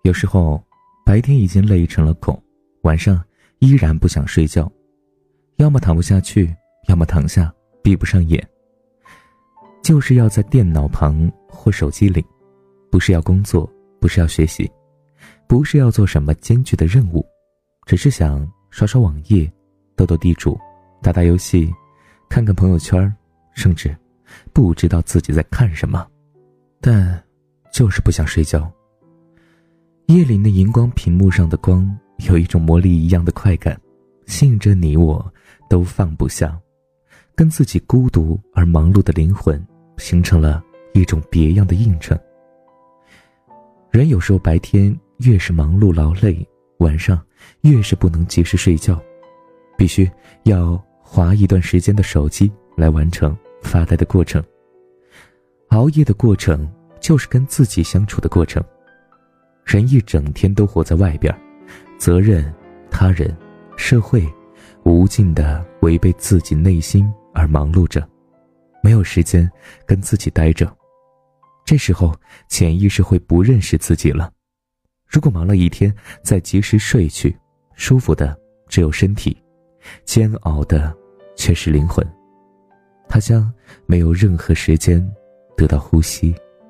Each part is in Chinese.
有时候白天已经累成了狗，晚上依然不想睡觉，要么躺不下去，要么躺下闭不上眼，就是要在电脑旁或手机里，不是要工作，不是要学习，不是要做什么艰巨的任务，只是想刷刷网页，斗斗地主，打打游戏，看看朋友圈，甚至不知道自己在看什么，但就是不想睡觉。夜里那荧光屏幕上的光有一种魔力一样的快感，吸引着你我都放不下，跟自己孤独而忙碌的灵魂形成了一种别样的映衬。人有时候白天越是忙碌劳累，晚上越是不能及时睡觉，必须要滑一段时间的手机来完成发呆的过程。熬夜的过程就是跟自己相处的过程。人一整天都活在外边，责任、他人、社会无尽地违背自己内心而忙碌着，没有时间跟自己待着。这时候潜意识会不认识自己了。如果忙了一天再及时睡去，舒服的只有身体，煎熬的却是灵魂，它将没有任何时间得到呼吸。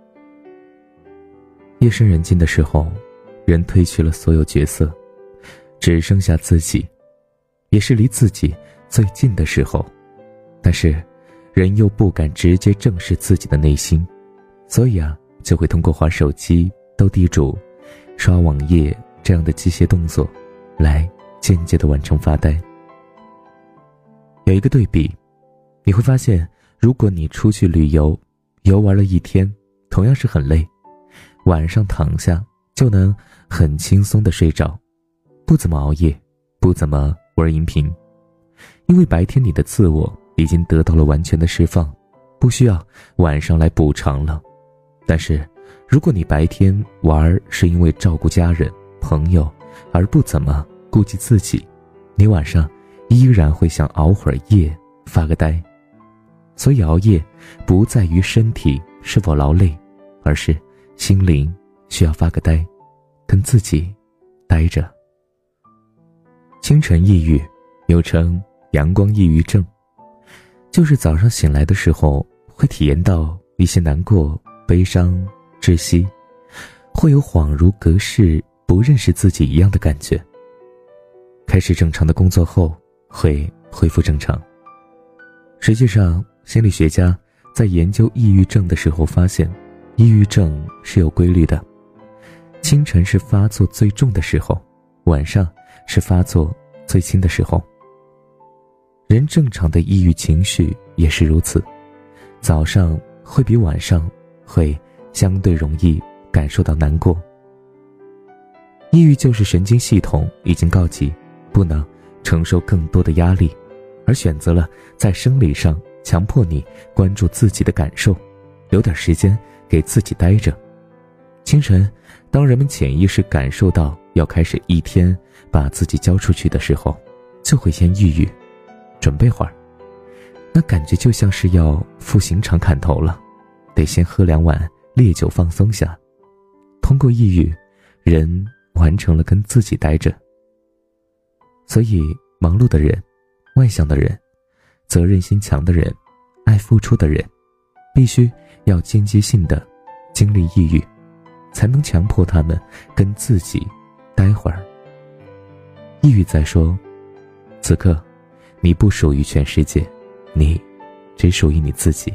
夜深人静的时候，人褪去了所有角色，只剩下自己，也是离自己最近的时候。但是人又不敢直接正视自己的内心，所以就会通过滑手机、斗地主、刷网页这样的机械动作来间接地完成发呆。有一个对比，你会发现，如果你出去旅游，游玩了一天，同样是很累，晚上躺下就能很轻松地睡着，不怎么熬夜，不怎么玩荧屏，因为白天你的自我已经得到了完全的释放，不需要晚上来补偿了。但是如果你白天玩是因为照顾家人、朋友而不怎么顾及自己，你晚上依然会想熬会儿夜，发个呆。所以熬夜不在于身体是否劳累，而是心灵需要发个呆，跟自己呆着。清晨抑郁又称阳光抑郁症，就是早上醒来的时候会体验到一些难过、悲伤、窒息，会有恍如隔世不认识自己一样的感觉。开始正常的工作后会恢复正常。实际上心理学家在研究抑郁症的时候发现，抑郁症是有规律的，清晨是发作最重的时候，晚上是发作最轻的时候。人正常的抑郁情绪也是如此，早上会比晚上会相对容易感受到难过。抑郁就是神经系统已经告急，不能承受更多的压力，而选择了在生理上强迫你关注自己的感受，留点时间给自己待着。清晨，当人们潜意识感受到要开始一天把自己交出去的时候，就会先抑郁，准备会儿。那感觉就像是要赴刑场砍头了，得先喝2碗烈酒放松下。通过抑郁，人完成了跟自己待着。所以忙碌的人、外向的人、责任心强的人、爱付出的人，必须要间接性的经历抑郁，才能强迫他们跟自己待会儿。抑郁在说，此刻你不属于全世界，你只属于你自己。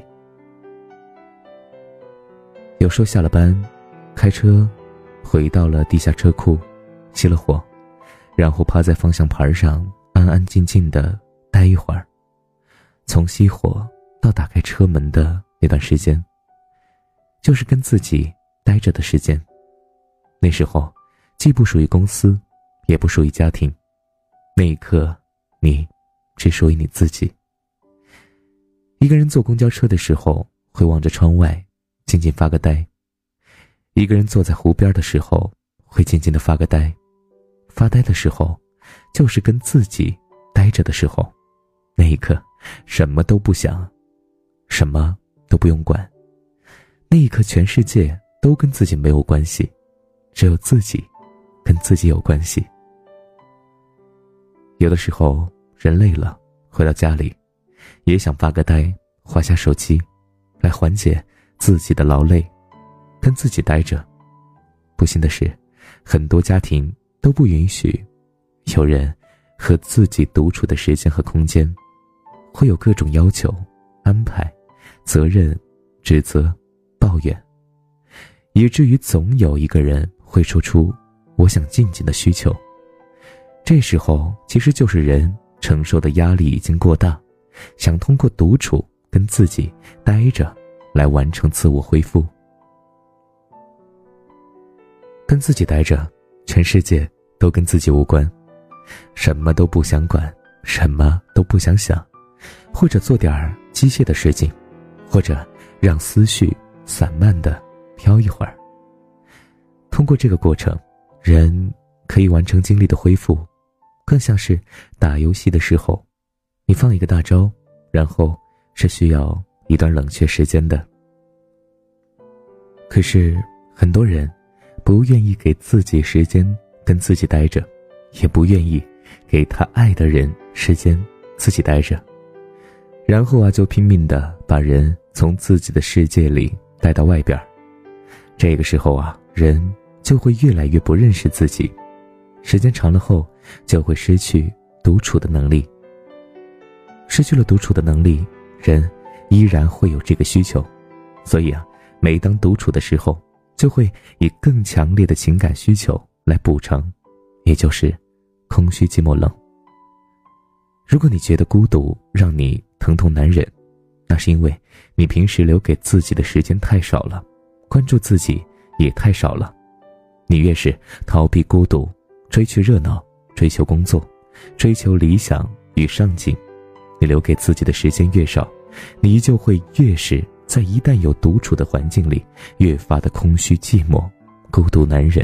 有时候下了班，开车回到了地下车库，熄了火，然后趴在方向盘上安安静静的待一会儿。从熄火到打开车门的那段时间，就是跟自己待着的时间。那时候既不属于公司，也不属于家庭，那一刻你只属于你自己。一个人坐公交车的时候会望着窗外静静发个呆，一个人坐在湖边的时候会静静的发个呆。发呆的时候就是跟自己呆着的时候，那一刻什么都不想，什么都不用管，那一刻全世界都跟自己没有关系，只有自己跟自己有关系。有的时候人累了，回到家里也想发个呆，滑下手机来缓解自己的劳累，跟自己待着。不幸的是，很多家庭都不允许有人和自己独处的时间和空间，会有各种要求、安排、责任、指责、抱怨，以至于总有一个人会说出我想静静的需求。这时候其实就是人承受的压力已经过大，想通过独处跟自己待着来完成自我恢复。跟自己待着，全世界都跟自己无关，什么都不想管，什么都不想想，或者做点机械的事情，或者让思绪散漫地飘一会儿。通过这个过程，人可以完成精力的恢复，更像是打游戏的时候，你放一个大招，然后是需要一段冷却时间的。可是很多人不愿意给自己时间跟自己待着，也不愿意给他爱的人时间自己待着，然后就拼命地把人从自己的世界里带到外边。这个时候人就会越来越不认识自己，时间长了后就会失去独处的能力。失去了独处的能力，人依然会有这个需求，所以每当独处的时候，就会以更强烈的情感需求来补偿，也就是空虚寂寞冷。如果你觉得孤独让你疼痛难忍，那是因为你平时留给自己的时间太少了，关注自己也太少了。你越是逃避孤独，追求热闹，追求工作，追求理想与上进，你留给自己的时间越少，你就会越是在一旦有独处的环境里越发的空虚寂寞，孤独难忍。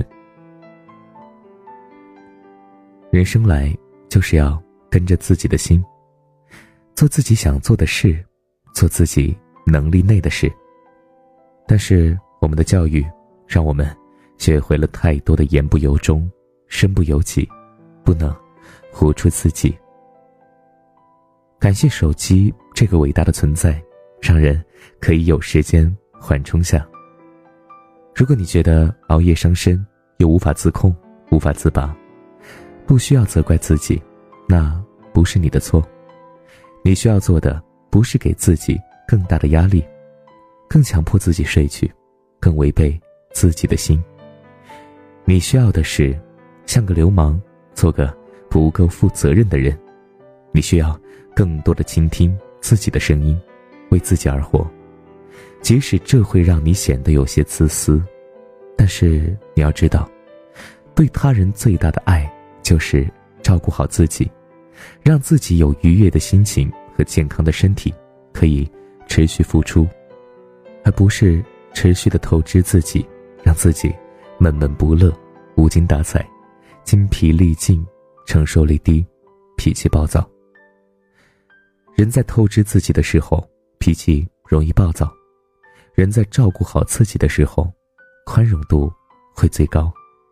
人生来就是要跟着自己的心，做自己想做的事，做自己能力内的事。但是我们的教育让我们学会了太多的言不由衷，身不由己，不能活出自己。感谢手机这个伟大的存在，让人可以有时间缓冲下。如果你觉得熬夜伤身，又无法自控，无法自拔，不需要责怪自己，那不是你的错。你需要做的不是给自己更大的压力，更强迫自己睡去，更违背自己的心。你需要的是像个流氓，做个不够负责任的人。你需要更多的倾听自己的声音，为自己而活，即使这会让你显得有些自私，但是你要知道，对他人最大的爱就是照顾好自己，让自己有愉悦的心情和健康的身体，可以持续付出，而不是持续的透支自己，让自己闷闷不乐，无精打采，精疲力尽，承受力低，脾气暴躁。人在透支自己的时候，脾气容易暴躁；人在照顾好自己的时候，宽容度会最高。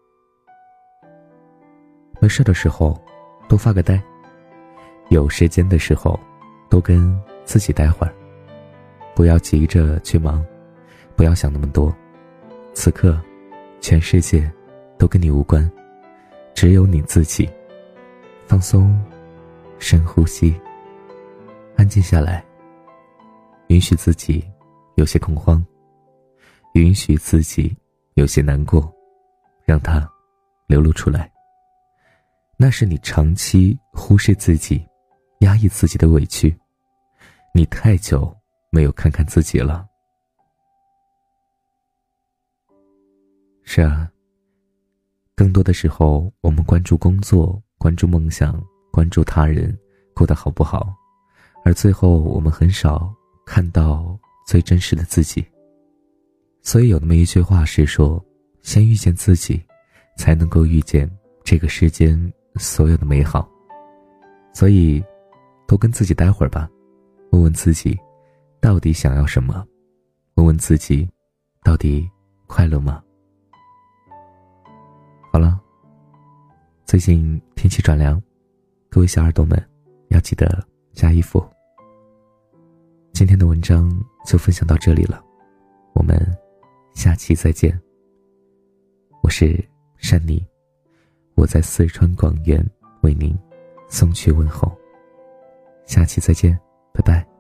没事的时候多发个呆，有时间的时候多跟自己待会儿，不要急着去忙，不要想那么多。此刻全世界都跟你无关，只有你自己。放松，深呼吸，安静下来，允许自己有些恐慌，允许自己有些难过，让它流露出来。那是你长期忽视自己，压抑自己的委屈，你太久没有看看自己了。是啊，更多的时候我们关注工作，关注梦想，关注他人过得好不好，而最后我们很少看到最真实的自己。所以有那么一句话是说，先遇见自己，才能够遇见这个世间所有的美好。所以多跟自己待会儿吧，问问自己到底想要什么，问问自己到底快乐吗？好了， 最近天气转凉，各位小耳朵们要记得加衣服。今天的文章就分享到这里了，我们下期再见。我是珊妮，我在四川广元为您送去问候，下期再见，拜拜。